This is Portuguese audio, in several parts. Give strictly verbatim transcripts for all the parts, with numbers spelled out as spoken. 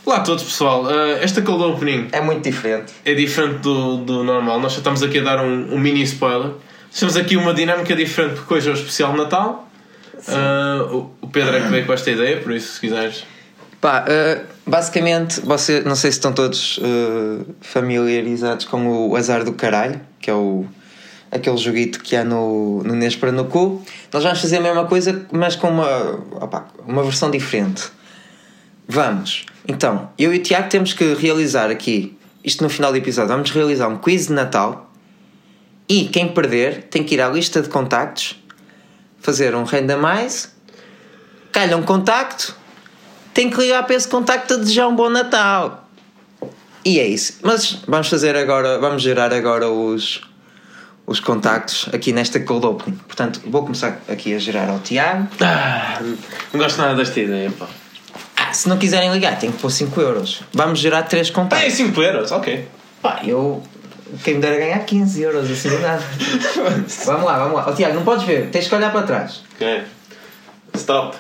Olá a todos, pessoal. Uh, esta cold opening é muito diferente. É diferente do, do normal. Nós já estamos aqui a dar um, um mini spoiler. Temos aqui uma dinâmica diferente porque hoje é o especial de Natal. Uh, o Pedro é que veio com esta ideia, por isso, se quiseres. Pá, uh, basicamente, você, não sei se estão todos uh, familiarizados com o Azar do Caralho, que é o, aquele joguito que há no, no Nês para no cu. Nós vamos fazer a mesma coisa, mas com uma, opa, uma versão diferente. Vamos. Então, eu e o Tiago temos que realizar aqui, isto no final do episódio, vamos realizar um quiz de Natal. E quem perder tem que ir à lista de contactos, fazer um randomize, calha um contacto, tem que ligar para esse contacto a desejar um bom Natal. E é isso. Mas vamos fazer agora, vamos gerar agora os, os contactos aqui nesta cold opening. Portanto, vou começar aqui a gerar ao Tiago. Ah, não gosto nada desta ideia, pá. Ah, se não quiserem ligar, tem que pôr cinco euros. Vamos gerar três contactos. Ah, é cinco euros, ok. Pá, eu... Quem me dera ganhar quinze euros, assim de nada. Vamos lá, vamos lá. Oh, Tiago, não podes ver, tens que olhar para trás. Ok. Stop.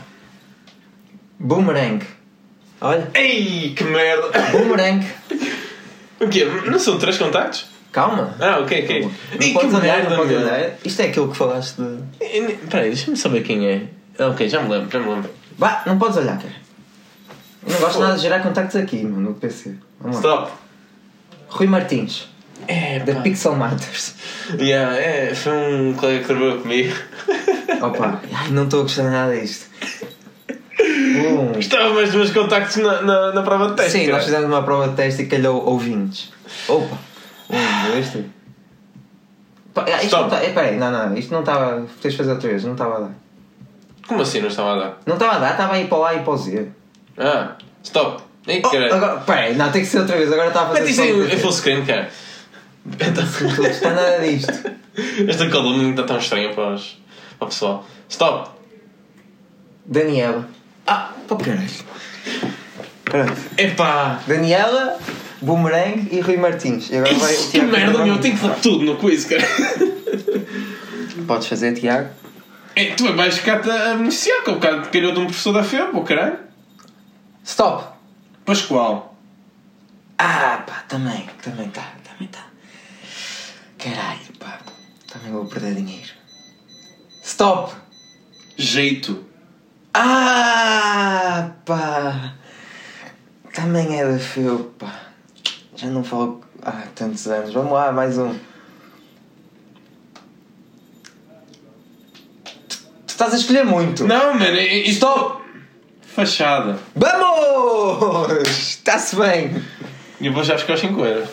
Boomerang. Olha. Ei, que merda. Boomerang. O quê? Não são três contactos? Calma. Ah, ok, ok. Não Ei, podes que olhar, merda, não podes meu. olhar. Isto é aquilo que falaste de... Espera aí, deixa-me saber quem é. Ah, ok, já me lembro, já me lembro. Vá, não podes olhar, cara. Eu não gosto nada de gerar contactos aqui, mano, no P C. Vamos lá. Stop. Rui Martins. É, da pá. Pixel Matters. Yeah, é, foi um colega que trabalhou comigo. Opa, ai, não estou a gostar nada disto. Um. Estava mais dos meus contactos na, na, na prova de teste. Sim, cara. nós fizemos uma prova de teste e calhou ouvintes. Opa. Um, dois, três. Pá, isto Stop. não tá, é, peraí, não, não, isto não estava. Tens de fazer outra vez, não estava a dar. Como assim não estava a dar? Não estava a dar, estava aí para o A e para o Z. Ah, stop. Ei, Oh, caralho. agora, peraí, não, tem que ser outra vez, agora estava a fazer. Mete isso em, em full screen, cara. Não estou a gostar nada disto. Esta coluna está tão estranha para, os, para o pessoal. Stop. Daniela. Ah, para o caralho. Pronto. Epá. Daniela, Boomerang e Rui Martins. E agora vai o Que Tiago. merda, meu. Eu tenho que fazer tudo no quiz, cara. Podes fazer, Tiago? É, tu vais ficar-te a beneficiar, que o bocado calhou de um professor da F E B, ou caralho. Stop. Pascoal. Ah, pá, também, também está, também está. Caralho, pá, também vou perder dinheiro. Stop! Jeito. Ah, pá, também é da F E U, pá. Já não falo há tantos anos. Vamos lá, mais um. Tu, tu estás a escolher muito. Não, mano, isto... Stop! Fachada. Vamos! Está-se bem. E eu vou já buscar os cinco euros.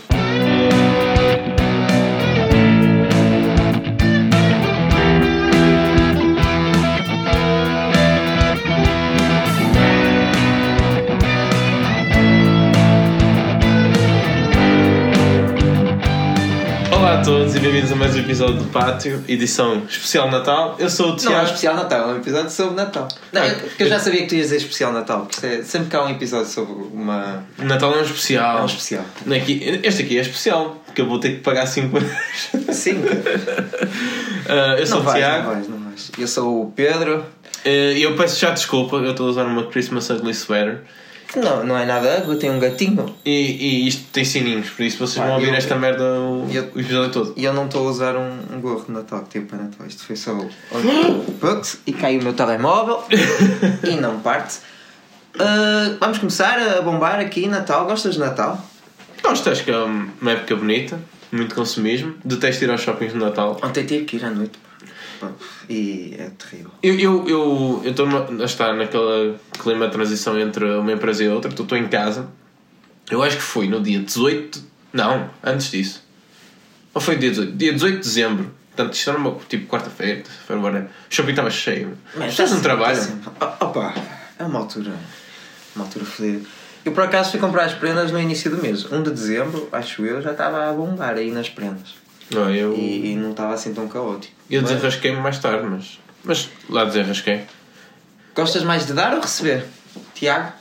Olá a todos e bem-vindos a mais um episódio do Pátio, edição especial Natal. Eu sou o Tiago. Não é um especial Natal, é um episódio sobre Natal. Não, eu, porque eu já sabia que tu ias dizer especial Natal. Porque é, sempre que há um episódio sobre uma... Natal é um especial. É um especial. Aqui, este aqui é especial, porque eu vou ter que pagar cinco euros. Sim. uh, eu sou Não o vais, Tiago. não vais, não vais. Eu sou o Pedro. E uh, eu peço já desculpa, eu estou a usar uma Christmas Ugly Sweater. Não, não é nada ugly, tem um gatinho. E, e isto tem sininhos, por isso vocês Ah, vão ouvir eu- esta merda o, eu- o episódio todo. E eu não estou a usar um, um gorro de Natal que tem para Natal. Isto foi só o Bugs e caiu o meu telemóvel e não parte. Uh, vamos começar a bombar aqui Natal. Gostas de Natal? Gosto, acho que é uma época bonita, muito consumismo. Detesto ir aos shoppings de Natal. Ontem tive que ir à noite. Pá, e é terrível. Eu estou eu, eu, eu a estar naquele clima de transição entre uma empresa e outra. Estou em casa. Eu acho que foi no dia dezoito. Não, antes disso. Ou foi dia dezoito? Dia dezoito de dezembro. Portanto, isto era uma tipo quarta-feira. O shopping estava cheio. As pessoas não trabalham. Oh, opa, é uma altura. Uma altura fodida. Eu por acaso fui comprar as prendas no início do mês. um de dezembro, acho eu, já estava a bombar aí nas prendas. Não, eu, E, e não estava assim tão caótico. eu Mas- desenrasquei-me mais tarde, mas, mas lá desenrasquei. Gostas mais de dar ou receber? Tiago?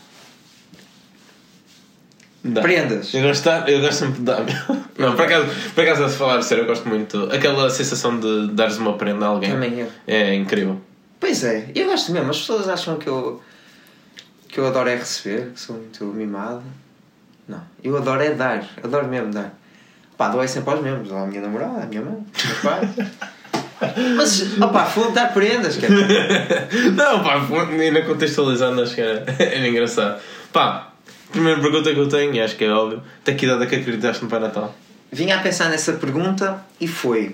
Dá. Prendas. Eu gosto, de- eu gosto sempre de dar. Não, por acaso, por acaso, a falar sério, eu gosto muito. Aquela sensação de dares uma prenda a alguém. Também eu. É incrível. Pois é, eu gosto mesmo. As pessoas acham que eu... que que eu adoro é receber, que sou muito mimado. Não, eu adoro é dar, adoro mesmo dar. Pá, dou é sempre aos mesmos, à minha namorada, à minha mãe, ao meu pai. Mas, opá, foi dar prendas, cara. Não, pá, ainda contextualizando, acho que era, era engraçado. Pá, primeira pergunta que eu tenho, e acho que é óbvio, até que idade é que acreditaste no Pai Natal? Vinha a pensar nessa pergunta e foi.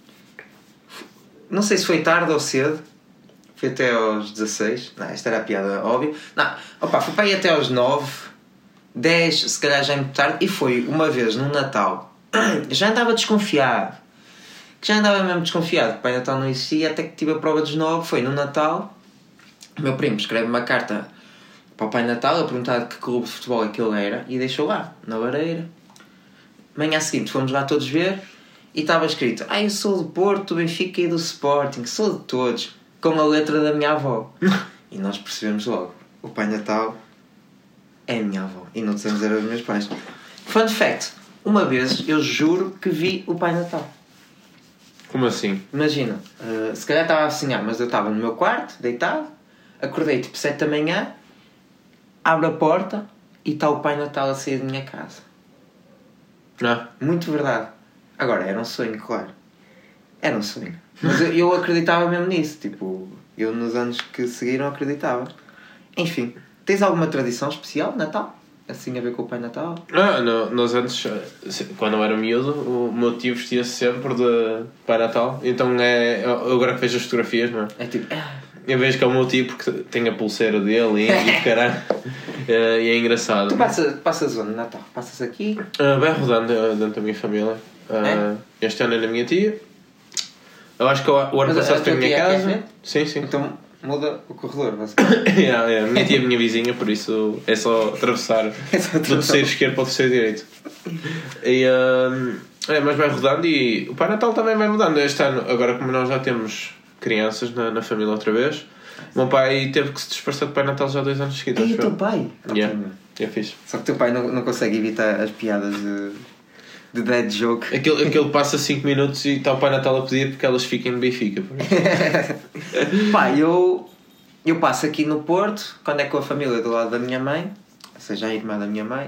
Não sei se foi tarde ou cedo. Foi até aos dezasseis. Não, esta era a piada óbvia. Não, opá, foi para ir até aos nove, dez, se calhar já é muito tarde. E foi uma vez no Natal. Já andava desconfiado. Já andava mesmo desconfiado que o Pai Natal não existia. Até que tive a prova dos nove. Foi no Natal. O meu primo escreve uma carta para o Pai Natal a perguntar de que clube de futebol aquele era. E deixou lá, na lareira. Manhã seguinte fomos lá todos ver. E estava escrito: ah, eu sou do Porto, do Benfica e do Sporting. Sou de todos. Com a letra da minha avó. E nós percebemos logo: o Pai Natal é a minha avó. E não dizemos era dos meus pais. Fun fact: uma vez eu juro que vi o Pai Natal. Como assim? Imagina, uh, se calhar estava a sonhar, mas eu estava no meu quarto, deitado. Acordei tipo sete da manhã. Abro a porta e está o Pai Natal a sair da minha casa. Não. Muito verdade. Agora, era um sonho, claro. Era um sonho. Mas eu, eu acreditava mesmo nisso. Tipo, eu nos anos que seguiram acreditava. Enfim, tens alguma tradição especial de Natal? Assim a ver com o Pai Natal? Ah, não, nós antes, quando eu era miúdo, o meu tio vestia-se sempre de Pai Natal. Então é. Eu agora que vejo as fotografias, não é? É tipo. Ah. Eu vejo que é o meu tio porque tem a pulseira dele e, e caralho. É, e é engraçado. Tu passas, passas onde, Natal? Passas aqui? Uh, vai rodando dentro da minha família. Uh, é? Este ano é na minha tia. Eu acho que o, o ano Mas passado foi a minha casa. É sim, sim. Então muda o corredor, basicamente. yeah, yeah. Minha tia é a minha vizinha, por isso é só atravessar é só do terceiro esquerdo para o terceiro direito. E, uh, é, mas vai rodando e o Pai Natal também vai mudando. Este ano, agora como nós já temos crianças na, na família outra vez, o meu pai teve que se disfarçar de Pai Natal já há dois anos seguidos. E o teu pai? Yeah, é fixe. Só que o teu pai não, não consegue evitar as piadas de, de dead joke. Aquele, aquele passa cinco minutos e está o Pai Natal a pedir porque elas fiquem no Benfica. Pá, eu, eu passo aqui no Porto, quando é com a família do lado da minha mãe, ou seja, a irmã da minha mãe,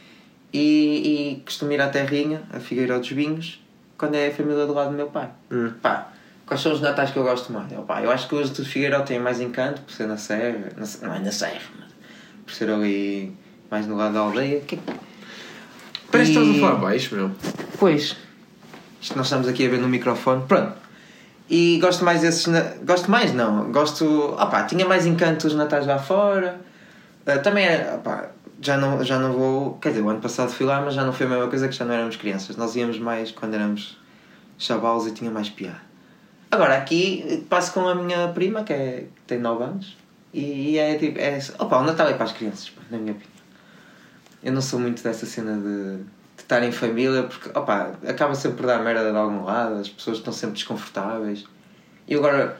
e, e costumo ir à Terrinha, a Figueiró dos Vinhos, quando é a família do lado do meu pai. Hum. Pá, quais são os natais que eu gosto mais? Eu, pá, eu acho que os do Figueiró têm mais encanto, por ser na Serra, na, não é na Serra, mas por ser ali mais no lado da aldeia. Que... Parece e... que estás a falar baixo, meu. Pois, isto nós estamos aqui a ver no microfone, pronto. E gosto mais desses. Gosto mais, não. Gosto. Opá, tinha mais encanto os natais lá fora. Uh, também era. Opá, já não, já não vou. Quer dizer, o ano passado fui lá, mas já não foi a mesma coisa que já não éramos crianças. Nós íamos mais quando éramos chavalos e tinha mais piada. Agora aqui passo com a minha prima, que, é, que tem nove anos. E, e é tipo. É, opá, o Natal é para as crianças, pá, na minha opinião. Eu não sou muito dessa cena de. estar em família, porque opa, acaba sempre por dar merda de algum lado, as pessoas estão sempre desconfortáveis. E agora,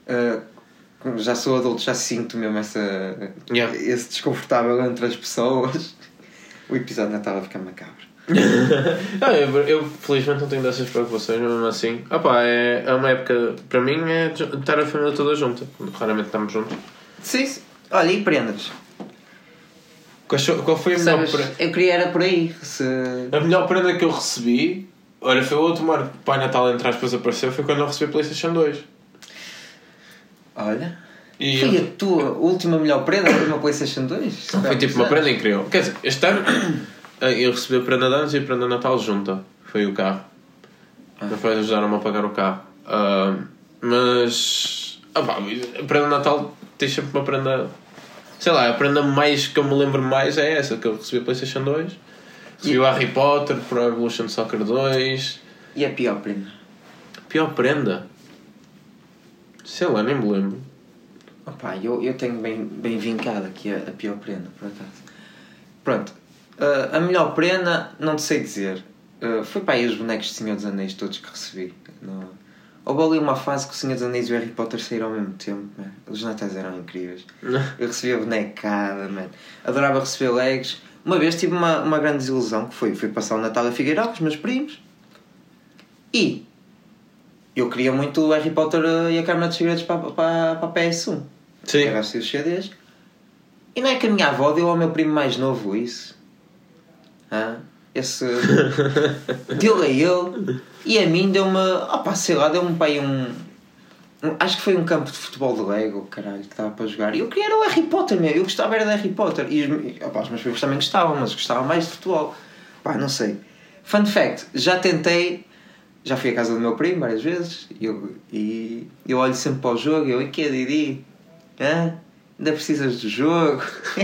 uh, já sou adulto, já sinto mesmo essa, yeah. esse desconfortável entre as pessoas. O episódio de Natal vai ficar macabro. ah, eu, eu felizmente não tenho dessas preocupações, mas mesmo assim, opa, é, é uma época, para mim, é estar a família toda junta. Raramente estamos juntos. Sim, sim. Olha, e prendas? Qual foi a melhor prenda? Eu queria era por aí. Se... A melhor prenda que eu recebi, olha, foi o último ano que o Pai Natal entre aspas apareceu, foi quando eu recebi a PlayStation dois. Olha. E foi eu... a tua última melhor prenda? Foi uma PlayStation dois? Foi tipo uma prenda incrível. Quer dizer, este ano eu recebi a prenda de anos e a prenda de Natal junta. Foi o carro. Ah. Meus pais ajudaram-me a pagar o carro. Uh, mas opa, a prenda de Natal tem sempre uma prenda. Sei lá, a prenda mais que eu me lembro mais é essa, que eu recebi a PlayStation dois. Recebi e... o Harry Potter, Pro Evolution Soccer dois. E a pior prenda? Pior prenda? Sei lá, nem me lembro. Opa, eu, eu tenho bem, bem vincado aqui a, a pior prenda, por acaso. Pronto, uh, a melhor prenda, não te sei dizer. Uh, foi para aí os bonecos de Senhor dos Anéis todos que recebi. No... Houve ali uma fase que o Senhor dos Anéis e o Harry Potter saíram ao mesmo tempo, man. Os natais eram incríveis. Eu recebia bonecada, man. Adorava receber legs. Uma vez tive uma, uma grande desilusão, que foi, fui passar o Natal a Figueiró com os meus primos. E eu queria muito o Harry Potter e a Câmara dos Segredos para, para, para a P S um. Sim. Era assim os C Ds. E não é que a minha avó deu ao meu primo mais novo isso? Hã? Esse... deu-lhe a ele. E a mim deu-me... Opá, sei lá, deu-me para aí um... um... Acho que foi um campo de futebol de Lego, caralho, que estava para jogar. E eu queria era o Harry Potter, meu. Eu gostava era de Harry Potter. E os, opá, os meus primos também gostavam, mas gostava mais de futebol. Pá, não sei. Fun fact, já tentei... Já fui à casa do meu primo várias vezes. E eu, e eu olho sempre para o jogo e eu... E que é, Didi? Hã? Ainda precisas do jogo?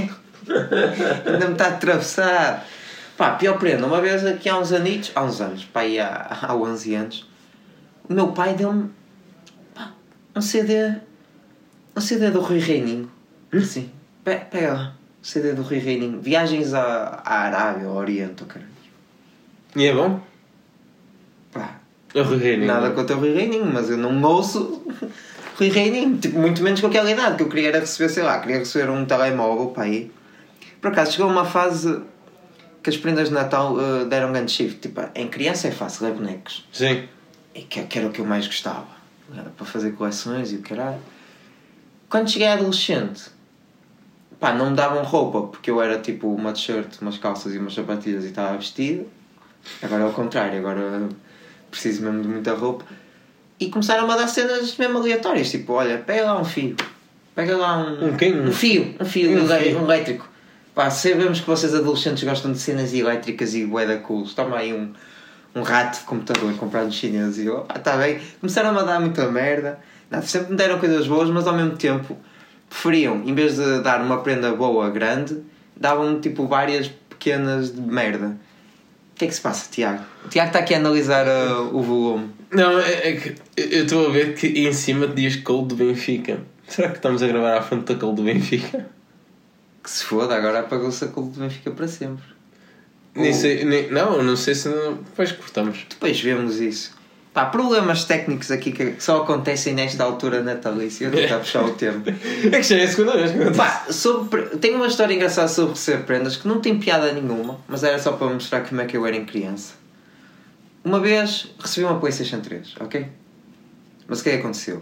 Ainda me está a atravessar. Pá, pior prenda, uma vez aqui há uns anitos, há uns anos, pá, aí há, há onze anos, o meu pai deu-me pá, um C D, um C D do Rui Reininho, assim, pega lá, um C D do Rui Reininho, Viagens à, à Arábia, ao Oriente, oh, caralho. E é bom? Pá, é o Rui Reininho. Nada contra o Rui Reininho, mas eu não ouço Rui Reininho, tipo, muito menos com aquela idade, que eu queria era receber, sei lá, queria receber um telemóvel, pá, aí. Por acaso, chegou uma fase... que as prendas de Natal uh, deram um grande shift. Tipo, em criança é fácil, é bonecos. Sim. E que, que era o que eu mais gostava. Era para fazer coleções e o caralho. Quando cheguei a adolescente, pá, não me davam roupa, porque eu era tipo uma t-shirt, umas calças e umas sapatilhas e estava vestido. Agora é o contrário, agora preciso mesmo de muita roupa. E começaram a dar cenas mesmo aleatórias. Tipo, olha, pega lá um fio. Pega lá um... Um quem? Um fio. Um fio, um um fio. um elétrico. Pá, sabemos que vocês adolescentes gostam de cenas elétricas e bué da cool. Toma aí um, um rato de computador comprado nos chineses e eu, pá, tá bem. Começaram a dar muita merda. Não, sempre me deram coisas boas, mas ao mesmo tempo preferiam, em vez de dar uma prenda boa grande, davam-me tipo várias pequenas de merda. O que é que se passa, Tiago? O Tiago está aqui a analisar uh, o volume. Não, é, é que eu estou a ver que em cima diz Cold do Benfica. Será que estamos a gravar à frente da Cold do Benfica? Que se foda, agora apagou-se a Cold do Benfica para sempre. Nem Ou... sei, nem, não, não sei se não. Depois cortamos. Depois vemos isso. Pá, problemas técnicos aqui que só acontecem nesta altura natalícia. Eu estou a tentar puxar o tempo. É que já é a segunda vez que acontece. Pá, sobre... tenho uma história engraçada sobre receber prendas que não tem piada nenhuma, mas era só para mostrar como é que eu era em criança. Uma vez recebi uma PlayStation três, ok? Mas o que é que aconteceu?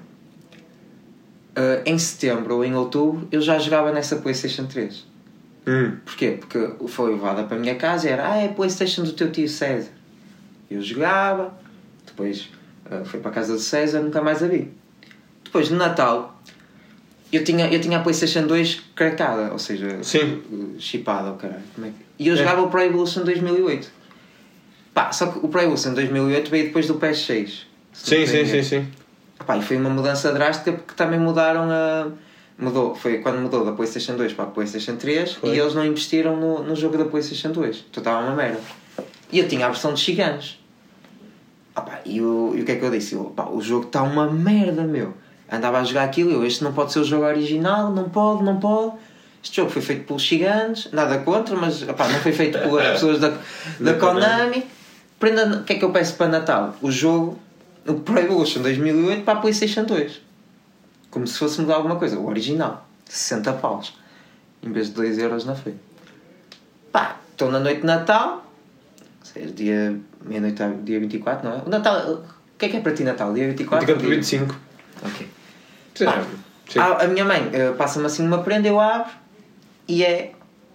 Uh, em setembro ou em outubro eu já jogava nessa PlayStation três. Hum. Porquê? Porque foi levada para a minha casa e era ah, é a PlayStation do teu tio César. Eu jogava, depois uh, fui para a casa do César, nunca mais a vi. Depois no Natal eu tinha, eu tinha a PlayStation dois craquada, ou seja, Sim. uh, chipada, oh, caralho. Como é que... E eu jogava é. o Pro Evolution dois mil e oito. Pá, só que o Pro Evolution dois mil e oito veio depois do P S seis. Sim, sim, sim, sim. Pá, e foi uma mudança drástica porque também mudaram a... Mudou, foi quando mudou da PlayStation dois para a PlayStation três foi. E eles não investiram no, no jogo da PlayStation dois. Então estava uma merda. E eu tinha a versão de Chiganos. Ah, pá, e, o, e o que é que eu disse? Eu, pá, o jogo está uma merda, meu. Andava a jogar aquilo, eu, este não pode ser o jogo original, não pode, não pode. Este jogo foi feito pelos Chiganos, nada contra, mas pá, não foi feito pelas pessoas da, da Konami. Prenda, o que é que eu peço para Natal? O jogo, o Pro Evolution dois mil e oito para a PlayStation dois. Como se fosse mudar alguma coisa, o original, sessenta paus, em vez de dois euros na feira. Pá, estou na noite de Natal, seja, dia meia-noite, dia vinte e quatro, não é? O Natal, o que é que é para ti Natal? Dia vinte e quatro? vinte e quatro para vinte e cinco. Ok. Sim. Pá, Sim. a, a minha mãe uh, passa-me assim uma prenda, eu abro e é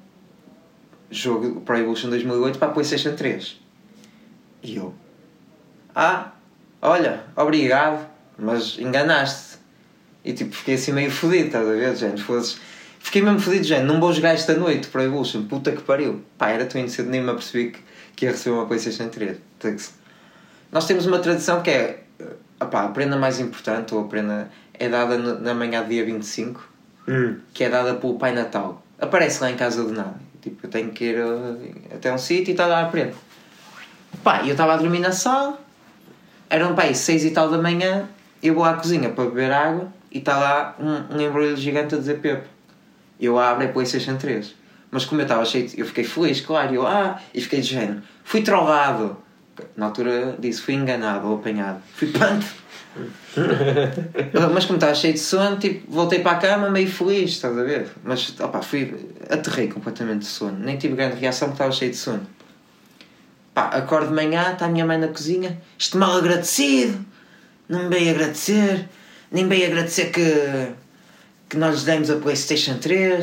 jogo Pro Evolution dois mil e oito para a PlayStation três. E eu, ah, olha, obrigado, mas enganaste. E tipo, fiquei assim meio fodido, estás a ver, gente? Fosses... Fiquei mesmo fodido, gente. Não vou jogar esta noite Pro Evolution, puta que pariu. Pá, era tão inocente, nem me apercebi que, que ia receber uma PlayStation três. Nós temos uma tradição que é, opá, a prenda mais importante, ou a prenda é dada na manhã do dia vinte e cinco, hum. que é dada pelo Pai Natal. Aparece lá em casa do nada. Tipo, eu tenho que ir uh, até um sítio e está lá a prenda. Pá, eu estava a dormir na sala, eram pá, seis e tal da manhã, eu vou à cozinha para beber água e está lá um, um embrulho gigante a dizer Pepe. Eu abro a PlayStation três. Mas como eu estava cheio de... Eu fiquei feliz, claro. Eu, ah, e fiquei de género. Fui trollado. Na altura disse, fui enganado ou apanhado. Fui punk. Mas como estava cheio de sono, tipo, voltei para a cama meio feliz, estás a ver? Mas, opá, fui... Aterrei completamente de sono. Nem tive grande reação porque estava cheio de sono. Pá, acordo de manhã, está a minha mãe na cozinha. Este mal agradecido. Não me veio agradecer. Nem veio agradecer que... que nós lhe demos a PlayStation três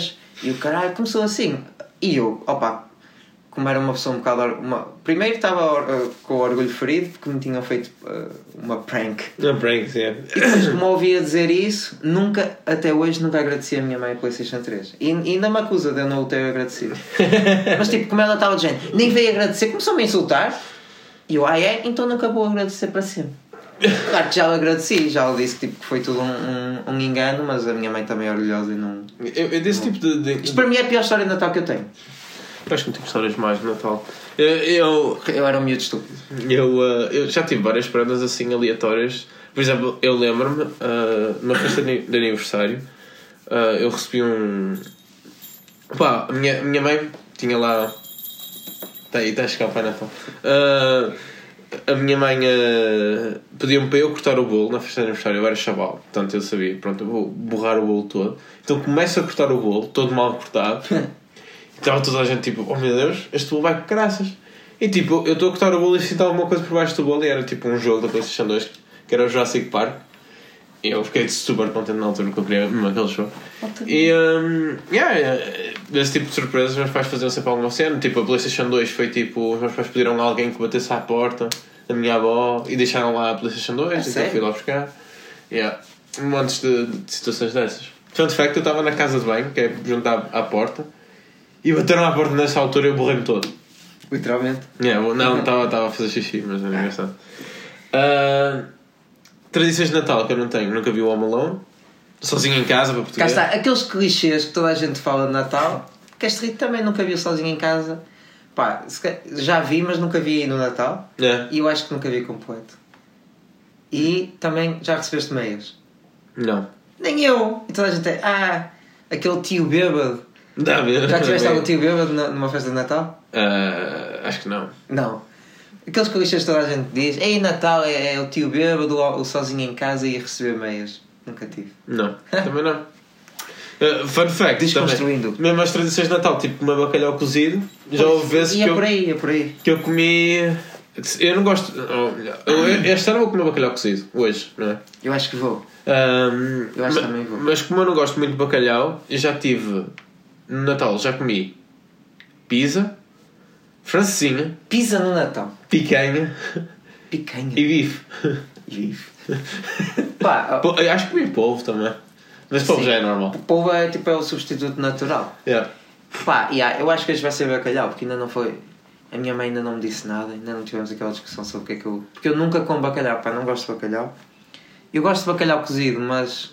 E o caralho começou assim. E eu, opa, como era uma pessoa um bocado... Uma... Primeiro estava uh, com o orgulho ferido porque me tinham feito uh, uma prank. Uma prank, sim. E depois, como ouvia dizer isso, nunca, até hoje, nunca agradeci a minha mãe a PlayStation três. E, e ainda me acusa de eu não o ter agradecido. Mas tipo, como ela estava dizendo, nem veio agradecer, começou-me a insultar. E eu, ah é? Então nunca vou agradecer para sempre. Claro que já lhe agradeci, já lhe disse que, tipo, que foi tudo um, um, um engano, mas a minha mãe também é orgulhosa e não... Eu, eu desse não. tipo de, de... Isto para mim é a pior história de Natal que eu tenho. Eu acho que não tenho histórias mais de Natal. Eu, eu, eu era um miúdo estúpido. Eu, uh, eu já tive várias prendas assim aleatórias. Por exemplo, eu lembro-me, uh, numa festa de aniversário, uh, eu recebi um... Pá, a minha, a minha mãe tinha lá... Está aí, está a chegar o Pai Natal. Uh, a minha mãe uh, pediu-me para eu cortar o bolo na festa de aniversário. Eu era chaval, portanto eu sabia, pronto, eu vou borrar o bolo todo. Então começo a cortar o bolo, todo mal cortado. Estava toda a gente tipo, oh meu Deus, este bolo vai com caraças. E tipo, eu estou a cortar o bolo e sinto alguma coisa por baixo do bolo. E era tipo um jogo da PlayStation dois, que era o Jurassic Park. E eu fiquei super contente na altura que eu queria mesmo aquele jogo. E um, yeah, yeah, esse tipo de surpresas os meus pais faziam sempre alguma cena. Tipo, a PlayStation dois foi tipo, os meus pais pediram a alguém que batesse à porta da minha avó e deixaram lá a PlayStation dois. É então eu fui lá buscar. Yeah. Montes de, de situações dessas. Fun fact, eu estava na casa de banho, que é junto à, à porta. E bateram à porta nessa altura e eu borrei-me todo. Literalmente? Yeah, não, estava a fazer xixi, mas era engraçado. Uh, tradições de Natal que eu não tenho. Nunca vi o Home Alone. Sozinho em casa, para português. Cá está, aqueles clichês que toda a gente fala de Natal. Que este Rito também nunca viu Sozinho em Casa. Pá, já vi, mas nunca vi no Natal. Yeah. E eu acho que nunca vi completo. E também já recebeste meias? Não. Nem eu! E toda a gente é, ah, aquele tio bêbado. Dá a ver. Já tiveste algum tio bêbado numa festa de Natal? Uh, acho que não. Não. Aqueles clichês que toda a gente diz, ei, Natal é, é o tio bêbado, o, o sozinho em casa e receber meias. Nunca tive. Não, também não. Uh, fun fact, Desconstruindo. Também, mesmo as tradições de Natal, tipo comer bacalhau cozido, já houve vezes e que, é eu, por aí, é por aí. que eu comi. Eu não gosto. Eu, este ano vou comer bacalhau cozido, hoje, não é? Eu acho que vou. Um, eu acho ma, que também vou. Mas como eu não gosto muito de bacalhau, eu já tive. No Natal já comi pizza, francesinha, pizza no Natal, picanha, picanha e bife. E bife. Pá, oh. Acho que comi polvo também. Mas polvo já é normal. Polvo é tipo é o substituto natural. Yeah. Pá, yeah, eu acho que hoje vai ser bacalhau, porque ainda não foi. A minha mãe ainda não me disse nada, ainda não tivemos aquela discussão sobre o que é que eu. Porque eu nunca como bacalhau, pá, não gosto de bacalhau. Eu gosto de bacalhau cozido, mas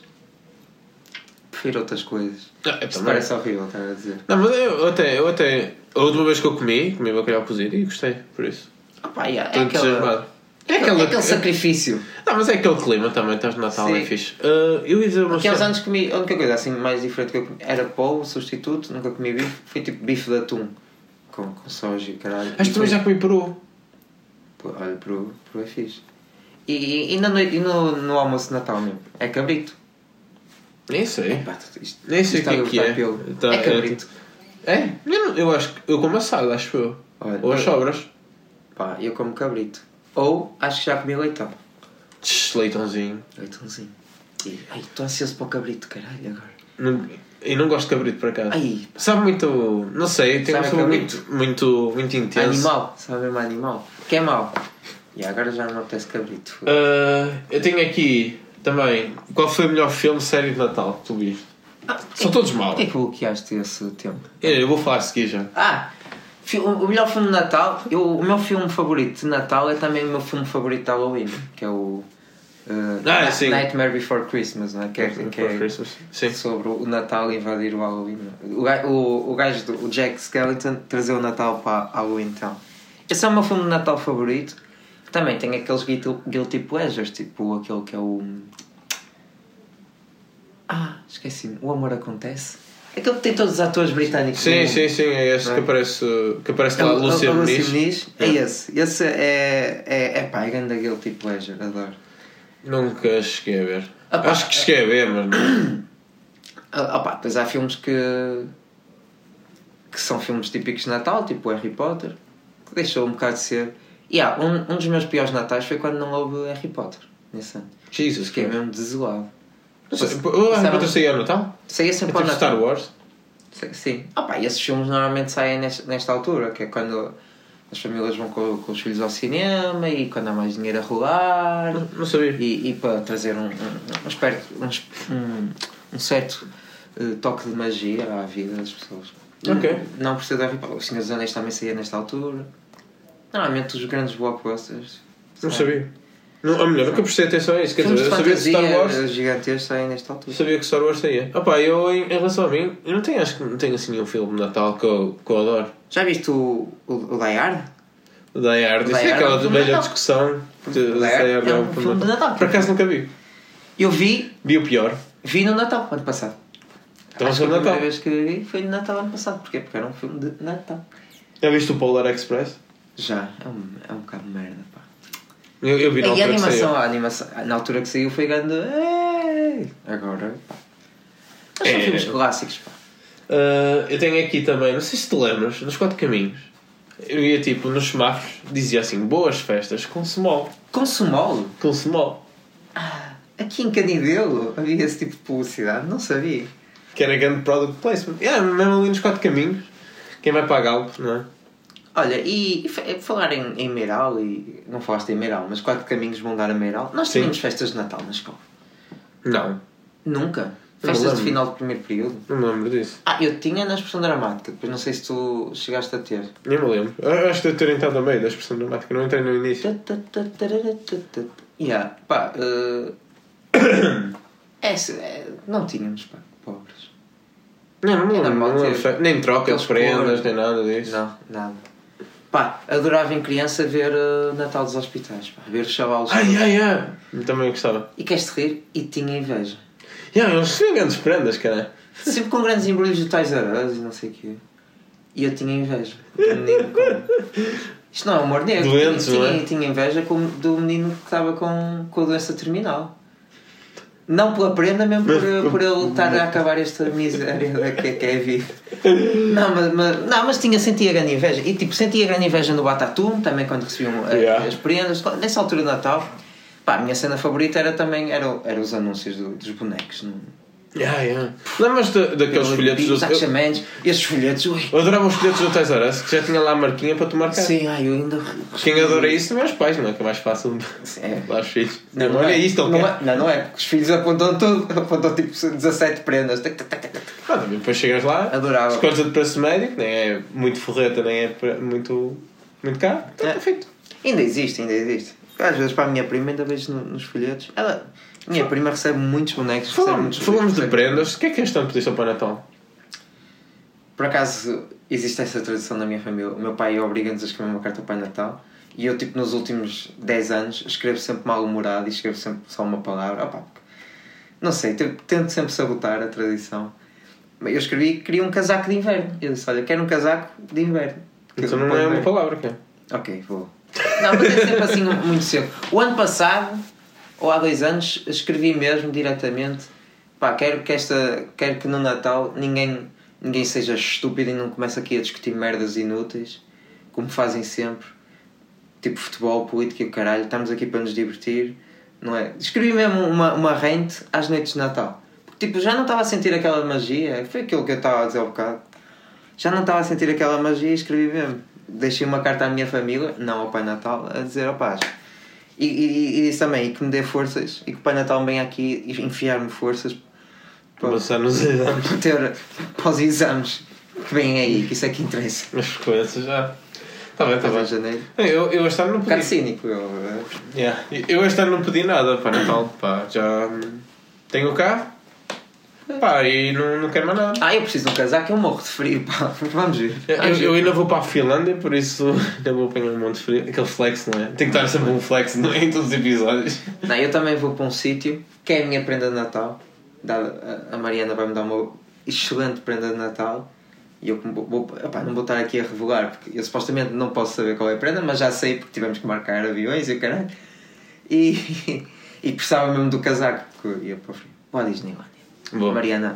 prefiro outras coisas. Ah, Isto parece horrível, estar a dizer. Não, mas eu até, eu até. A última vez que eu comi, comi bacalhau cozido e gostei, por isso. Ah, pá, yeah, Estou é, aquela, é, aquele, é aquele sacrifício. Não, mas é aquele clima também, estás de Natal, é fixe. Uh, eu ia dizer uma Aqueles anos comi, a única coisa assim mais diferente que eu comi era polvo, substituto, nunca comi bife, foi tipo bife de atum. Com, com soja e caralho. Acho que também já comi peru. Pô, olha, peru, peru é fixe. E, e, e, no, e no, no almoço de Natal mesmo? É cabrito. Nem sei. Epá, isto, Nem sei o que é que é. Tá, é cabrito. É? Eu, não, eu acho que eu como assado, acho eu. Olha, ou as sobras. Pá, eu como cabrito. Ou acho que já comi leitão. Tch, leitãozinho. Leitãozinho. E, ai, estou ansioso para o cabrito, caralho, agora. Não, e não gosto de cabrito por acaso. Ai, sabe muito. Não sei, tem um sabor muito, muito, muito intenso. Animal, sabe mesmo animal. Que é mau. E agora já não apetece cabrito. Uh, eu tenho aqui também. Qual foi o melhor filme, série de Natal que tu viste? Ah, São é, todos maus. Porquê é que bloqueaste esse tempo? Eu, eu vou falar a seguir já. Ah! O melhor filme de Natal, eu, o meu filme favorito de Natal é também o meu filme favorito de Halloween, que é o uh, ah, sim. Nightmare Before Christmas, não é? Que é, que é sim. sobre o Natal invadir o Halloween. O, o, o gajo do o Jack Skellington trazer o Natal para Halloween Town. Esse é o meu filme de Natal favorito. Também tem aqueles guilty, guilty pleasures, tipo aquele que é o... Ah, esqueci-me. O Amor Acontece. Aquele que tem todos os atores britânicos. Sim, sim, sim, é esse é? que aparece, que aparece lá, Lúcia Muniz. É esse. Esse é, é, é pá, é grande guilty pleasure, adoro. Nunca cheguei a ver. Ah, pá, acho que cheguei a ver, mas não. Ah, pá, depois há filmes que que são filmes típicos de Natal, tipo o Harry Potter, que deixou um bocado de ser. E há, um, um dos meus piores natais foi quando não houve Harry Potter nesse ano. Jesus, fiquei mesmo desolado. O Harry Potter saía ao Natal? Saía sempre ao Natal. Star Wars? Sim, sim. Ah, pá, e esses filmes normalmente saem nesta, nesta altura, que é quando as famílias vão com, com os filhos ao cinema e quando há mais dinheiro a rolar. Não, não sabia. E, e para trazer um, um, um, aspecto, um, um, um certo uh, toque de magia à vida das pessoas. Ok. Não, não precisa de. O Senhor dos Anéis também saía nesta altura. Normalmente os grandes blockbusters. Não sabia. Não, ou melhor, nunca prestei atenção a isso. Quer Filmes dizer, de eu sabia que Star fantasia Wars. gigantescos saem nesta altura. Sabia que Star Wars saía. Ah pá, eu em, em relação a mim, eu não tenho, acho que não tenho assim um filme de Natal que eu, que eu adoro. Já viste o, o, o Die Hard? O Die Hard, Die isso é Hard aquela é um filme de velha Natal. discussão. De, Die Die Hard Hard é um filme de Natal. Por acaso nunca vi. Eu vi, Vi o pior. vi no Natal, ano passado. Então Acho que foi a de primeira Natal. vez que vi foi no Natal ano passado. Porquê? Porque era um filme de Natal. Já viste o Polar Express? Já, é um, é um bocado de merda, pá. Eu, eu vi na E a altura que animação, saiu. a animação, na altura que saiu foi grande. Ei! Agora, pá. Mas são É. filmes clássicos, pá. Ah, eu tenho aqui também, não sei se te lembras, nos quatro caminhos. Eu ia tipo nos semáforos, dizia assim: boas festas com small. Com Sumol, Com small. aqui em Canidelo havia esse tipo de publicidade, não sabia. Que era grande product placement. Yeah, mesmo ali nos quatro caminhos. Quem vai para a Galp, não é? Olha, e, e fa- falar em, em Meiral, e não falaste em Meiral, mas quatro caminhos vão dar a Meiral. Nós Sim. tínhamos festas de Natal na escola. Não. Nunca. Não Festas de lembro. final do primeiro período. Não me lembro disso. Ah, eu tinha na expressão dramática, depois não sei se tu chegaste a ter. Nem me lembro. Eu acho que devo ter entrado no meio da expressão dramática. Não entrei no início. Yeah, pá, uh... é, é, não tínhamos, pá, pobres. Não, não me É lembro. normal não ter lembro. Nem troca de aqueles prendas, cores. nem nada disso. Não, nada. Pá, adorava em criança ver uh, Natal dos Hospitais, pá, ver os chavalos. Ai, ai, ai. Eu também gostava. E queres-te rir? E tinha inveja. Yeah, eles tinham grandes prendas, cara. Sempre com grandes embrulhos de tais aras e não sei o quê. E eu tinha inveja. Do menino com... Isto não é humor negro. Doentes, tinha, não é? tinha, tinha inveja com, do menino que estava com, com a doença terminal. Não pela prenda, mesmo por, por ele estar a acabar esta miséria da que, que é a vida. Não, mas, mas, não, mas tinha, sentia grande inveja. E tipo, sentia grande inveja no Batatum, também quando recebiam a- Yeah. as prendas. Nessa altura de Natal, pá, a minha cena favorita era também era, era os anúncios do, dos bonecos. Não? Yeah, yeah. Lembras de, daqueles folhetos Os do. Eu, achamentos, esses folhetos, ui. eu adorava os folhetos do Toys R Us que já tinha lá a marquinha para tomar cá. Sim, ai, eu ainda. Quem adora isso são meus pais, não é? Que é mais fácil É. dar os filhos. Não, não, Olha é. isto, ele não, quer. é, não, não é, porque os filhos apontam tudo, apontam tipo dezassete prendas. Ah, depois chegas lá, Adorava. escolhes de preço médio, que nem é muito forreta, nem é pre- muito, muito caro, então É. está feito. Ainda existe, ainda existe. Às vezes para a minha prima ainda vejo no- nos folhetos. Ela, minha prima recebe muitos bonecos. recebe Falamos, muitos falamos de recebe- prendas, o que é que este ano pediste ao Pai Natal? Por acaso existe essa tradição na minha família. O meu pai obriga-nos a escrever uma carta ao Pai Natal. E eu, tipo, nos últimos dez anos escrevo sempre mal-humorado e escrevo sempre só uma palavra. Opa, não sei, te- tento sempre sabotar a tradição. Eu escrevi que queria um casaco de inverno. Eu disse: olha, quero um casaco de inverno. Então não é uma palavra, que é? Ok, vou. Não, mas é sempre assim muito cedo. O ano passado, ou há dois anos, escrevi mesmo diretamente: pá, quero que esta. Quero que no Natal ninguém, ninguém seja estúpido e não comece aqui a discutir merdas inúteis, como fazem sempre. Tipo futebol, política e o caralho. Estamos aqui para nos divertir, não é? Escrevi mesmo uma, uma rente às noites de Natal. Porque, tipo, já não estava a sentir aquela magia. Foi aquilo que eu estava a dizer há bocado. Já não estava a sentir aquela magia e escrevi mesmo. Deixei uma carta à minha família, não ao Pai Natal, a dizer: ó paz. E, e, e disse também: e que me dê forças, e que o Pai Natal venha aqui e enfiar-me forças Para passar nos exames. para ter para os exames que vêm aí, que isso é que interessa. As frequências já. Está bem, está Estava em bem. janeiro. Eu, eu este ano não Um bocado pedi. cínico, eu. Yeah. Eu este ano não pedi nada para Natal. Pá, já hum, tenho o carro. Pá, e não, não quero mais nada. Ah, eu preciso de um casaco, eu morro de frio, pá. Vamos ver. Eu, Vamos ver. eu ainda vou para a Finlândia, por isso ainda vou apanhar um monte de frio. Aquele flex, não é? Tem que estar sempre um flex não é? Em todos os episódios. Não, eu também vou para um sítio que é a minha prenda de Natal. Dada, a a Mariana vai-me dar uma excelente prenda de Natal. E eu como vou, vou, epá, não vou estar aqui a revelar, porque eu supostamente não posso saber qual é a prenda, mas já sei porque tivemos que marcar aviões e o caralho. E, e precisava mesmo do casaco, porque eu ia para o frio. Vou à Disneylandia. Boa. Mariana,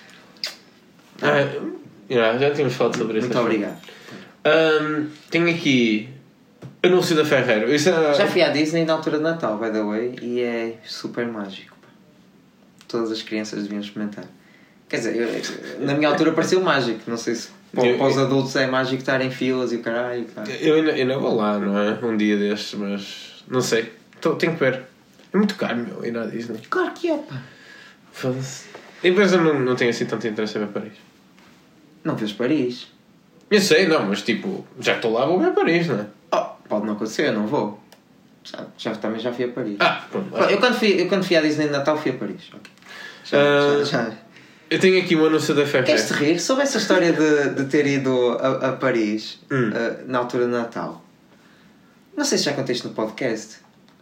Ah, yeah, já tínhamos falado sobre isso. muito acho. obrigado. Hum, tenho aqui anúncio da Ferreiro. Isso é... Já fui à Disney na altura de Natal, by the way, e é super mágico. Pá. Todas as crianças deviam experimentar. Quer dizer, eu, na minha altura pareceu mágico. Não sei se para, Eu- para os adultos é mágico estar em filas e o caralho. Cara. Eu ainda, ainda vou lá, não é? Um dia destes, mas não sei. Tô, tenho que ver. É muito caro, meu, ir à Disney. Claro que é, pá. Foda-se. E depois eu não, não tenho assim tanto interesse em ver Paris. Não vês Paris? Eu sei, não, mas tipo, já estou lá, vou ver Paris, não é? Oh, pode não acontecer, eu não vou. Já, já, também já fui a Paris. Ah, pronto. Pá, eu, quando fui, eu quando fui à Disney de Natal fui a Paris. Okay. Já, Ah, já, já. Eu tenho aqui um anúncio da Ferrer. Queres-te rir? Sobre essa história de, de ter ido a, a Paris Hum. uh, na altura de Natal. Não sei se já contei isto no podcast.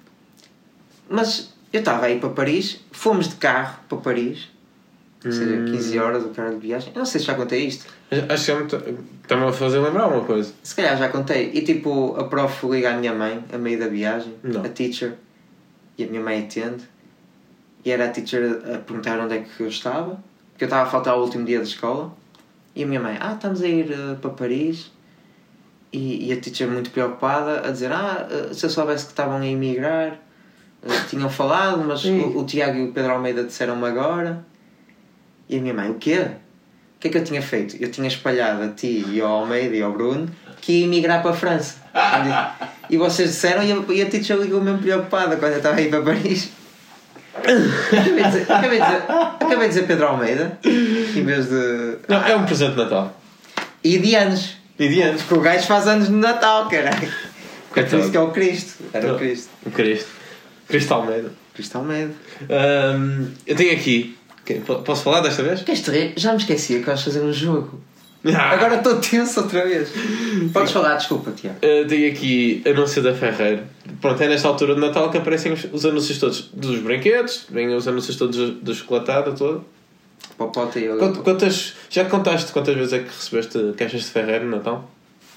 Mas eu estava a ir para Paris. Fomos de carro para Paris. Ou seja, Hum. quinze horas do carro de viagem. Eu não sei se já contei isto. Acho que já me está-me a fazer lembrar uma coisa. Se calhar já contei. E tipo, a prof liga à minha mãe a meio da viagem. Não. A teacher. E a minha mãe atende. E era a teacher a perguntar onde é que eu estava. Porque eu estava a faltar o último dia de escola. E a minha mãe, ah, estamos a ir uh, para Paris. E, e a teacher muito preocupada a dizer, ah, uh, se eu soubesse que estavam a emigrar, uh, tinham falado, mas o, o Tiago e o Pedro Almeida disseram-me agora. E a minha mãe, o quê? O que é que eu tinha feito? Eu tinha espalhado a ti e ao Almeida e ao Bruno que ia emigrar para a França. E vocês disseram, e a, e a teacher ligou mesmo preocupada quando eu estava a ir para Paris. Acabei de dizer, acabei de dizer, acabei de dizer Pedro Almeida em vez de. Não, é um presente de Natal. E de anos. E de anos. Porque o gajo faz anos no Natal, caralho. É por isso que é o Cristo. Era Não. o Cristo. O Cristo. Cristo Almeida. Cristo Almeida. Ahm, eu tenho aqui. que- Posso falar desta vez? Queres te rir? Já me esquecia que vais fazer um jogo. Ah. Agora estou tenso outra vez. Podes falar, desculpa, Tiago. Uh, tenho aqui anúncio da Ferrer. Pronto, é nesta altura de Natal que aparecem os, os anúncios todos dos brinquedos, vêm os anúncios todos do chocolatado todo. Popota e eu. Quant- Quantas, já contaste quantas vezes é que recebeste caixas de Ferrer no Natal?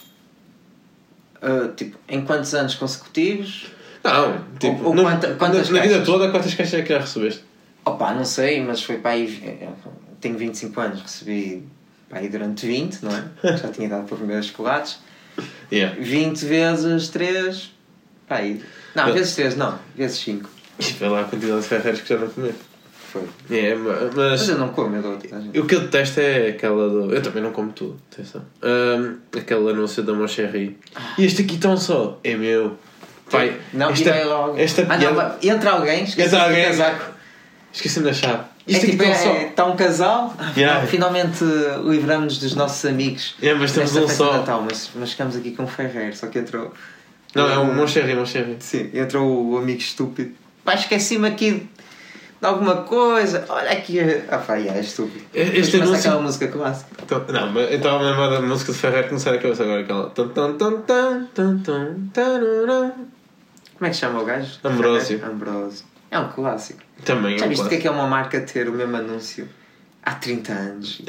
Uh, tipo, em quantos anos consecutivos? Não, tipo, ou no- quanta- quantas na, na vida caixas? toda, quantas caixas é que já recebeste? Opa, não sei, mas foi para aí. Tenho vinte e cinco anos, recebi para aí durante vinte, não é? Já tinha dado para os meus chocolates. Yeah. vinte vezes três. Para aí. Não, Eu- vezes três não, vezes cinco. Isto é lá a quantidade de Ferreiros que já não comi. Foi. É, ma- Mas mas eu não como, eu dou a toda a gente. o que eu detesto é aquela do. Eu também não como tudo, atenção. Ahm, aquele anúncio da Moncherry. E este aqui tão só é meu. Pai, Não, esta, e vai logo. esta ah, não, piada- mas entra alguém, esquece Entra o alguém, casaco. esqueci-me da chave. É Isto tipo, aqui é, tão só. é, está um casal, ah, Yeah. finalmente uh, livramos-nos dos nossos amigos. É, mas temos nesta um festa de só. Natal, mas, mas ficamos aqui com o Ferreiro, só que entrou. Não, é um Moncherry, Moncherry. Sim, entrou o amigo estúpido. Pá, esqueci-me aqui de alguma coisa. Olha aqui. Ah, pá, é estúpido. Este Depois começa anúncio- aquela música clássica. Então, não, mas eu estava a lembrar da música de Ferrer que não sei a cabeça agora. Aquela. Tum, tum, tum, tum, tum, tum, tarará. Como é que chama o gajo? Ambrósio. Ambrósio. É um clássico. Também é Já um viste o que é clássico. que é uma marca ter o mesmo anúncio há trinta anos?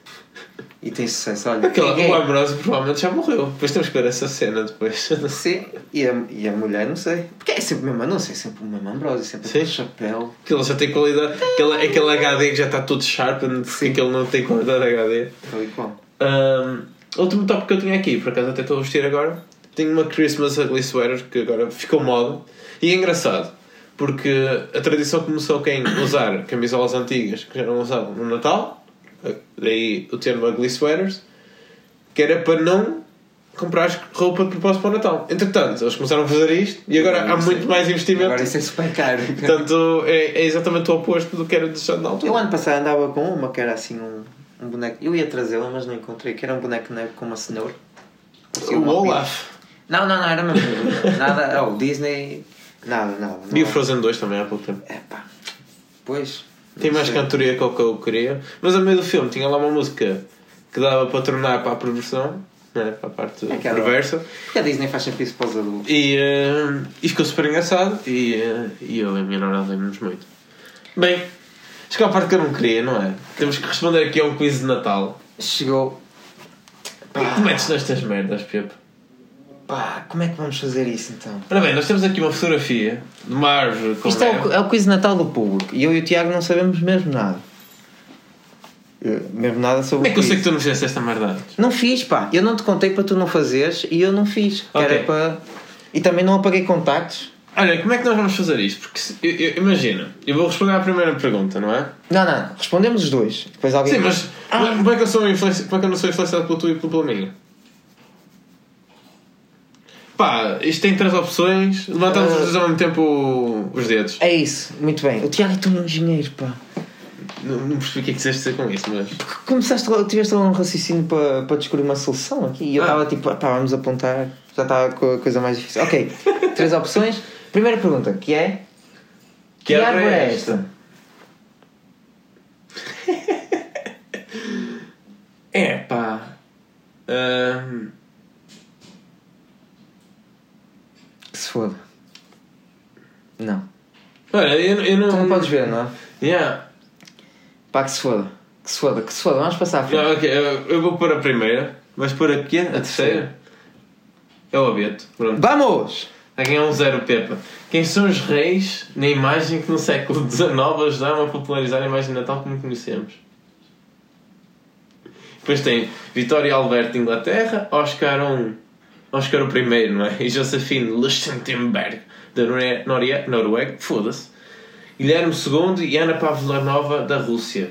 E tem sucesso. Olha, Aquela, quem é? o Ambrosio provavelmente já morreu. Depois temos que ver essa cena depois. Sim, e a, e a mulher, não sei. Porque é sempre o mesmo anúncio, é sempre o mesmo Ambrósio, sempre Sim. aquele chapéu. Aquilo já tem qualidade. Aquele, aquele H D que já está todo sharpened. Porque aquele não tem qualidade H D. Tal e qual. Um, último tópico que eu tinha aqui, por acaso até estou a vestir agora. Tenho uma Christmas Ugly Sweater que agora ficou moda. E é engraçado. Porque a tradição começou quem usar camisolas antigas que já não usavam no Natal. Daí o termo Ugly Sweaters. Que era para não comprar roupa de propósito para o Natal. Entretanto, eles começaram a fazer isto e agora há Isso muito é- mais investimento. Agora isso é super caro. Portanto, é, é exatamente o oposto do que era desejado na altura. Eu ano passado andava com uma que era assim um, um boneco. Eu ia trazê-la, mas não encontrei. Que era um boneco neve com uma cenoura. Parecia O uma Olaf. pizza. Não, não, não, era mesmo. Nada. Oh, Disney. Nada, nada. E o não. Frozen dois também há pouco tempo. É pá. Pois. Tem não mais sei. cantoria que o que eu queria. Mas a meio do filme tinha lá uma música que dava para tornar para a perversão, né? Para a parte É aquela- perversa. Porque a Disney faz sempre isso para os adultos. E, eh, e ficou super engraçado. E, eh, e eu e a minha namorada rimos muito. Bem, chegou a parte que eu não queria, não é? Temos que responder aqui a um quiz de Natal. Chegou. Porquê que tu metes nestas merdas, Pepe? Pá, como é que vamos fazer isso então? Ora bem, nós temos aqui uma fotografia de uma árvore com Isto é neve. o, é o quiz de Natal do público. E eu e o Tiago não sabemos mesmo nada. Eu- mesmo nada sobre Como é que eu o sei quiz. que tu não fizeste esta merda antes? Não fiz, pá. Eu não te contei para tu não fazeres e eu não fiz. Que Ok. era para... E também não apaguei contactos. Olha, como é que nós vamos fazer isto? Porque se, eu, eu, imagina, eu vou responder à primeira pergunta, não é? Não, não, respondemos os dois. Depois alguém... Sim, mas ah. como, é que eu sou influenci... como é que eu não sou influenciado pela tua e pela minha? Pá, isto tem três opções. Levantamos uh, ao mesmo tempo os dedos. É isso, muito bem. O Tiago é tão um engenheiro, pá. Não, não percebi o que é que quiseste dizer com isso, mas... Porque começaste, tiveste um raciocínio para, para descobrir uma solução aqui. E eu estava ah. tipo, pá, vamos apontar. Já estava com a coisa mais difícil. Ok, três opções. Primeira pergunta, que é... Que, que árvore é esta? É pá... Um... Que se foda. Não. Olha, eu, eu não... Tu não podes ver, não é? Yeah. Pá, que se foda. Que se foda, que se foda. Vamos passar à frente. Yeah, ok, eu, eu vou pôr a primeira. Vais pôr a quê? A, a terceira? É o abeto. Pronto. Vamos! A ganhar um zero, Pepa. Quem são os reis na imagem que no século dezenove ajudaram a popularizar a imagem de Natal como conhecemos? Depois tem Vitória Alberto de Inglaterra, Oscar I, Oscar o primeiro, não é? E Josephine Lichtenberg da Noruega, Noruega, foda-se. Guilherme segundo e Ana Pavlovna da Rússia.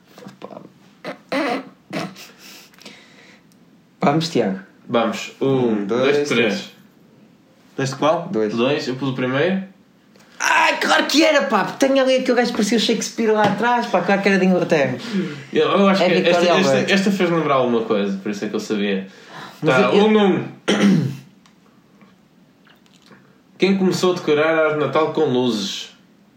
Vamos, Tiago. Vamos. Um, um dois, dois, três. Deste qual? Dois. Dois. Eu pus o primeiro. Ah, claro que era, pá. Tenho ali aquele gajo que parecia o Shakespeare lá atrás, pá. Claro que era de Inglaterra. Eu, eu acho é que esta, esta, esta fez lembrar alguma coisa, por isso é que eu sabia. Tá, eu... um, um. Quem começou a decorar a árvore de Natal com luzes?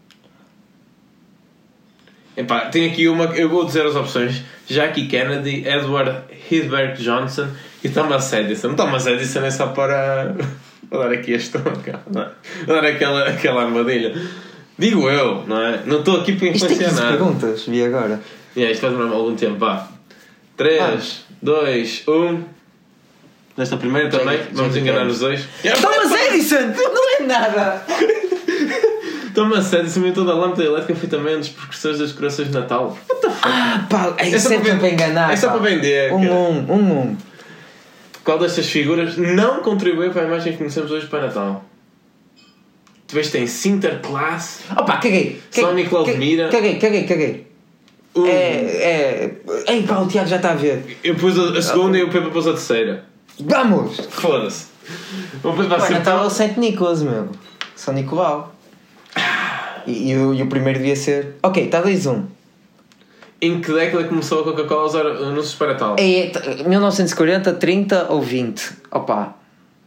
Epá, tem aqui uma... Eu vou dizer as opções. Jackie Kennedy, Edward Hildberg Johnson e Thomas Edison. Thomas Edison é só para... Vou dar aqui este... Vou dar aquela, aquela armadilha. Digo eu, não é? Não estou aqui para influenciar isto é nada. Perguntas, vi agora. Yeah, isto faz-me algum tempo, vá. três, dois, um... Nesta primeira também, Jackie, vamos Jackie enganar Kennedy. Os dois. Thomas Edison! Não é nada! Thomas Edison inventou a lâmpada elétrica feita menos precursores das decorações de Natal. What the fuck? Ah, pá, é, é sempre para, para enganar. É só para vender. Um, um, um, um. Qual destas figuras não contribuiu para a imagem que conhecemos hoje para Natal? Depois tem Sinterklaas. Opa, caguei. São Nicolau de Mira. Caguei, caguei, caguei. Um. É. É. Ei, pá, o Tiago já está a ver. Eu pus a, a segunda oh. e o Pepe pôs a terceira. Vamos! Foda-se. O Pepe vai ser. Natal é o Santo Nicolas, meu. São Nicolau. E, e, o, e o primeiro devia ser. Ok, está dois um. Em que década começou a Coca-Cola a usar anúncios para Natal? É, mil novecentos e quarenta, trinta ou vinte? Opa.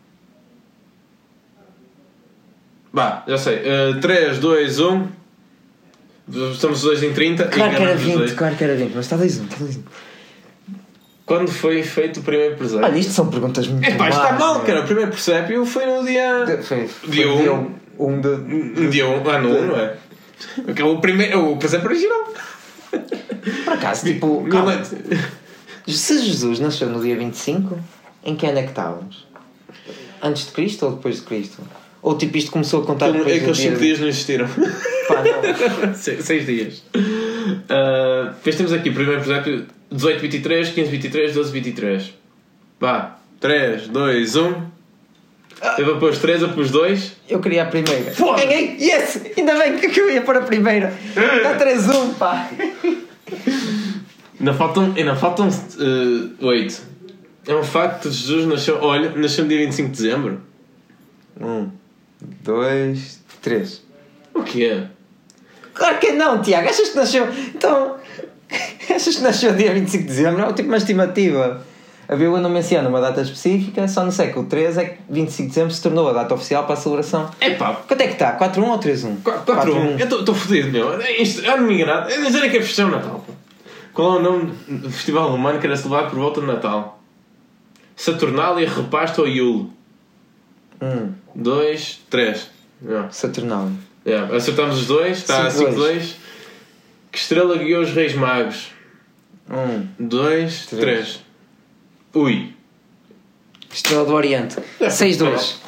Vá, já sei. Uh, três, dois, um. Estamos os dois em trinta. Claro que era vinte, claro que era vinte, mas está dois um. Quando foi feito o primeiro presépio? Olha, isto são perguntas muito é pá, está mal, cara. O primeiro presépio foi no dia. De, foi, foi dia um. Dia um, um de, de, dia um, ah, no um, não é? O, primeiro, o presépio original. Por acaso, tipo. Calma. Se Jesus nasceu no dia vinte e cinco, em que ano é que estávamos? Antes de Cristo ou depois de Cristo? Ou tipo isto começou a contar depois é que os cinco dias não existiram. Pá, não. seis, seis dias. Uh, depois temos aqui o primeiro presépio dezoito, vinte e três, quinze, vinte e três, doze, vinte e três. Vá, três, dois, um. Eu vou pôr os três, eu pôs dois. Eu queria a primeira. Ganhei! Yes! Ainda bem que eu ia pôr a primeira. Está três um, pá. Ainda faltam, ainda faltam uh, oito. É um facto de Jesus nasceu. Olha, nasceu no dia vinte e cinco de dezembro. Um, dois, três. O quê? Claro que não, Tiago. Achas que nasceu. Então. Achas que nasceu no dia vinte e cinco de dezembro? É tipo uma estimativa. A Bíblia não menciona uma data específica, só no século treze é que vinte e cinco de dezembro se tornou a data oficial para a celebração. É pá. Quanto é que está? quatro um ou três um? quatro um. Eu estou fodido, meu. Isto, eu não me engano. Eu não sei que é festejar o Natal. Qual é o nome do festival romano que era celebrado por volta de Natal? Saturnália, Repasto ou Iulo? Um. Dois, três. Yeah. Saturnália. Yeah. Acertamos os dois. Está cinco dois. Que estrela guiou os Reis Magos? Um. Dois, três. três. Ui. Estrela do Oriente. seis dois.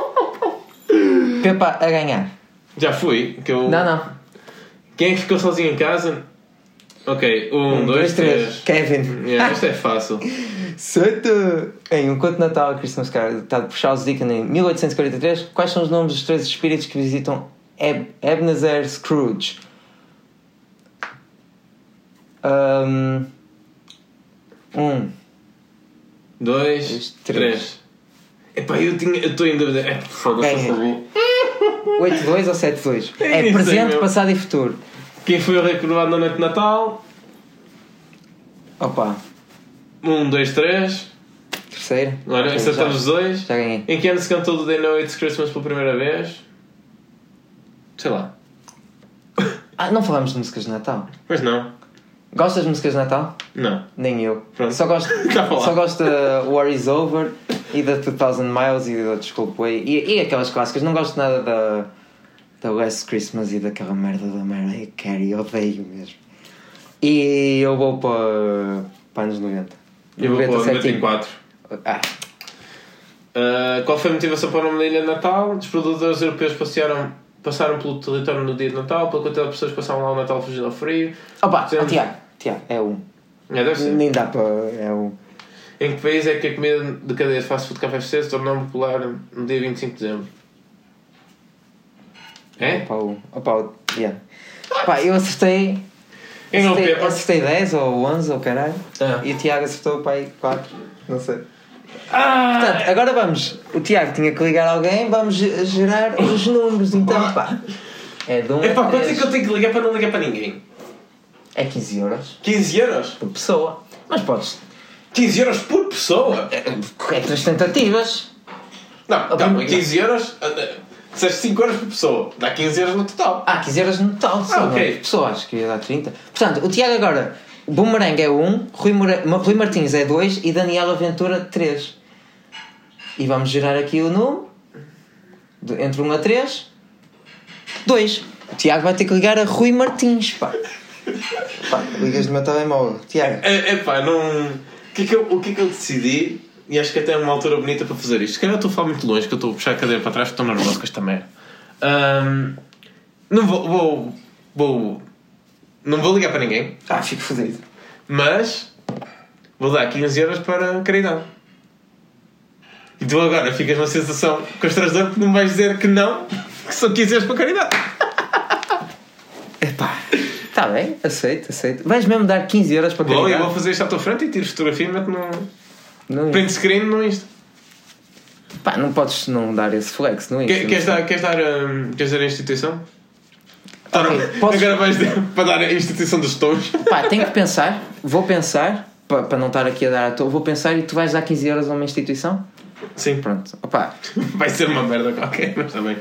Pepa a ganhar. Já fui. Que eu... Não, não. Quem é que ficou sozinho em casa? Ok, um, Um, dois, dois, três. três. Kevin. Yeah, isto é fácil. Santa! Em Um Conto de Natal, Christmas Card, dado por Charles Dickens em mil oitocentos e quarenta e três, quais são os nomes dos três espíritos que visitam Eb- Ebenezer Scrooge? Um, um. Dois, Dois, três. três. Epá, eu tinha. Eu estou em dúvida. É, foda-se, Ganha. não sabia. oito dois ou sete dois? É É isso aí, presente, meu. passado e futuro. Quem foi o recordado na noite de Natal? Opa, Um, dois, três. terceiro. Agora Ok, acertamos os já, dois. já ganhei. Em que ano se cantou The Day Know It's Christmas pela primeira vez? Sei lá. Ah, não falamos de músicas de Natal. Pois não. Gostas de músicas de Natal? Não. Nem eu. Pronto. Só gosto, Tá a falar. só gosto da War Is Over e da two thousand Miles e da Disculpei e, e aquelas clássicas. Não gosto nada da, da Last Christmas e daquela merda da Mariah Carey. Odeio mesmo. E eu vou para, para anos noventa. Eu vou para o noventa e sete. noventa e quatro. Ah, Uh, qual foi a motivação para o nome da Ilha de Natal? Os produtores europeus passearam, passaram pelo território no dia de Natal, pela quantidade de pessoas que passavam lá o Natal fugindo ao frio. opa, Temos- oh, Tiago, Tiago, é um. É, deve ser. Nem dá para. É um. Em que país é que a comida de cadeia de fast food K F C se tornou popular no dia vinte e cinco de dezembro? É? Opa, o- opa, o- yeah. Pá, eu acertei. Quem não Acertei, perde? acertei dez ou onze ou caralho. Ah. E o Tiago acertou para aí quatro. Não sei. Ah! Portanto, agora vamos. O Tiago tinha que ligar alguém, vamos ge- gerar os números. Então, pá. É de um Epá, a quanto é três. que eu tenho que ligar para não ligar para ninguém? É quinze euros quinze euros? por pessoa. Mas podes. quinze euros por pessoa? É, é três tentativas. Não, calma, primeira- quinze euros. Disseste cinco euros por pessoa, dá quinze euros no total. Ah, quinze euros no total. Sim, Ah, não é ok. por pessoa, acho que ia dar trinta. Portanto, o Tiago agora. Boomerang é um, Rui, More... Rui Martins é dois e Daniela Ventura três. E vamos gerar aqui o número. De- entre um a três. dois. O Tiago vai ter que ligar a Rui Martins, pá. Pá, ligas no meu telemóvel. Tiago. É, é pá, não. O que é que, eu, o que é que eu decidi? E acho que até é uma altura bonita para fazer isto. Se calhar eu estou a falar muito longe, que eu estou a puxar a cadeira para trás porque estou nervoso com esta merda. Ahm, não vou, vou, vou. Não vou ligar para ninguém, Ah, fico fodido. mas vou dar quinze euros para caridade. E tu agora ficas numa sensação constrangedora porque não vais dizer que não, que são quinze euros para caridade. Epá. Está bem, aceito, aceito. Vais mesmo dar quinze euros para Bom, eu carregar? vou fazer isto à tua frente e tiro fotografia e meto no Não, print screen no Insta. pá, não podes não dar esse flex, não é? Que- Queres dar, queres, dar, hum, queres dar a instituição? Tá, Ok, não. posso- Agora vais dar, para dar a instituição dos tons. Pá, tenho que pensar, vou pensar, para, para não estar aqui a dar à toa, vou pensar e tu vais dar quinze euros a uma instituição? Sim, Pronto, opá, vai ser uma merda qualquer, mas também.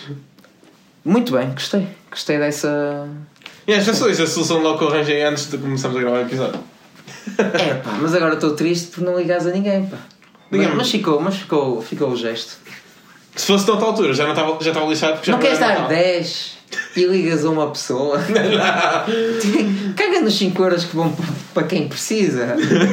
muito bem, gostei, gostei dessa... E esta foi a solução logo que eu arranjei antes de começarmos a gravar o episódio. É pá, mas agora estou triste por não ligares a ninguém, pá. Mas, Diga-me. mas ficou, mas ficou, ficou o gesto. Se fosse de outra altura, já não estava, já estava lixado porque já Não queres era dar Natal. dez e ligas a uma pessoa? Caga nos cinco euros que vão para quem precisa.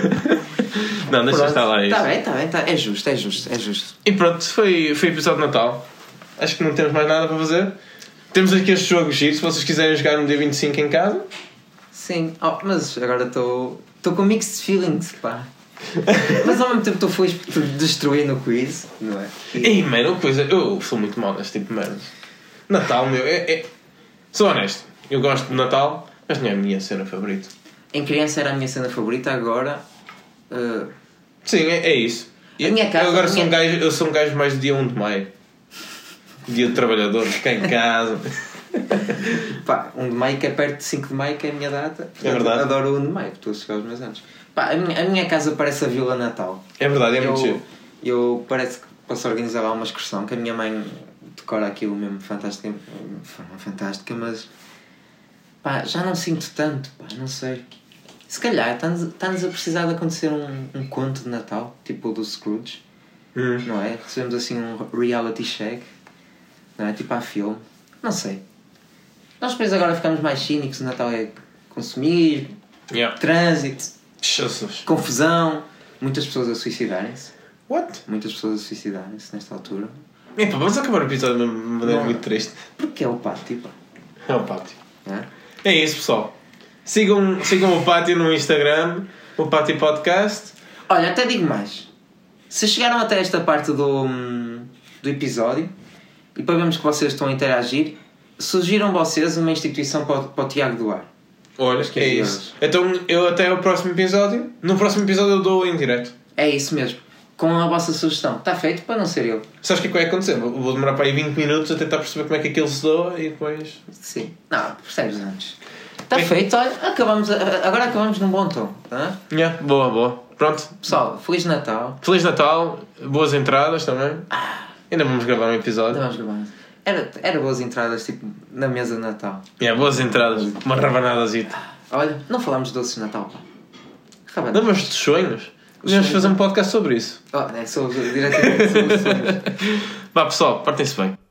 Não, deixa estar lá isso. Está bem, está bem, tá. É justo, é justo, é justo. E pronto, foi, foi o episódio de Natal. Acho que não temos mais nada para fazer. Temos aqui este jogo giro, se vocês quiserem jogar no dia vinte e cinco em casa. Sim, oh, mas agora estou estou com mixed feelings, pá. Mas ao mesmo tempo estou feliz por destruir no quiz, não é? E- Ei, mano, uma coisa, eu sou muito mal neste tipo de merdas. Natal, meu, é, é... Sou honesto, eu gosto de Natal, mas não é a minha cena favorita. Em criança era a minha cena favorita, agora... uh, Sim, é, é isso. A minha casa- eu agora a sou, um minha- gajo, eu sou um gajo mais de dia um de maio. Dia do trabalhador, ficar em casa. pá, um de maio que é perto de cinco de maio, que é a minha data. É verdade. Adoro o um de maio, porque estou a chegar aos meus anos. Pá, a minha, a minha casa parece a Vila Natal. É verdade, é muito eu, giro. eu parece que posso organizar lá uma excursão, que a minha mãe decora aquilo mesmo fantástica, de forma fantástica, mas pá, já não sinto tanto, pá, não sei. Se calhar está-nos está-nos a precisar de acontecer um, um conto de Natal, tipo o do Scrooge, Hum. não é? Recebemos assim um reality check, não é? Tipo a filme, não sei. Nós depois agora ficamos mais cínicos, o Natal é consumir, Yeah. trânsito, Jesus. confusão, muitas pessoas a suicidarem-se. What? Muitas pessoas a suicidarem-se nesta altura. Epa, vamos acabar o episódio de uma maneira Não. muito triste. Porque é o pátio, pá. É o pátio. Não é? É isso, pessoal. Sigam, sigam o Pátio no Instagram, o Pátio Podcast. Olha, até digo mais. Se chegaram até esta parte do, do episódio e para vermos que vocês estão a interagir, surgiram vocês uma instituição para o, para o Tiago doar. Olha, Acho que é é isso. Então eu até o próximo episódio. No próximo episódio eu dou em direto. É isso mesmo. Com a vossa sugestão. Está feito para não ser eu. Sabes o que é que vai acontecer? Vou vou demorar para aí vinte minutos a tentar perceber como é que aquilo se doa e depois... Sim. Não, percebes antes. Está Bem... feito. Olha, acabamos, agora acabamos num bom tom. Tá? Yeah, boa, boa. Pronto. Pessoal, Feliz Natal. Feliz Natal. Boas entradas também. Ah, ainda vamos gravar um episódio. Vamos gravar. Era, era boas entradas, tipo, na mesa de Natal. Yeah, boas entradas. Uma rabanadazita. Olha, não falámos de doces de Natal, pá. Não, mas dos sonhos. Podemos fazer um podcast sobre isso. Oh, é sobre, diretamente sobre os sonhos. Vá pessoal, portem-se bem.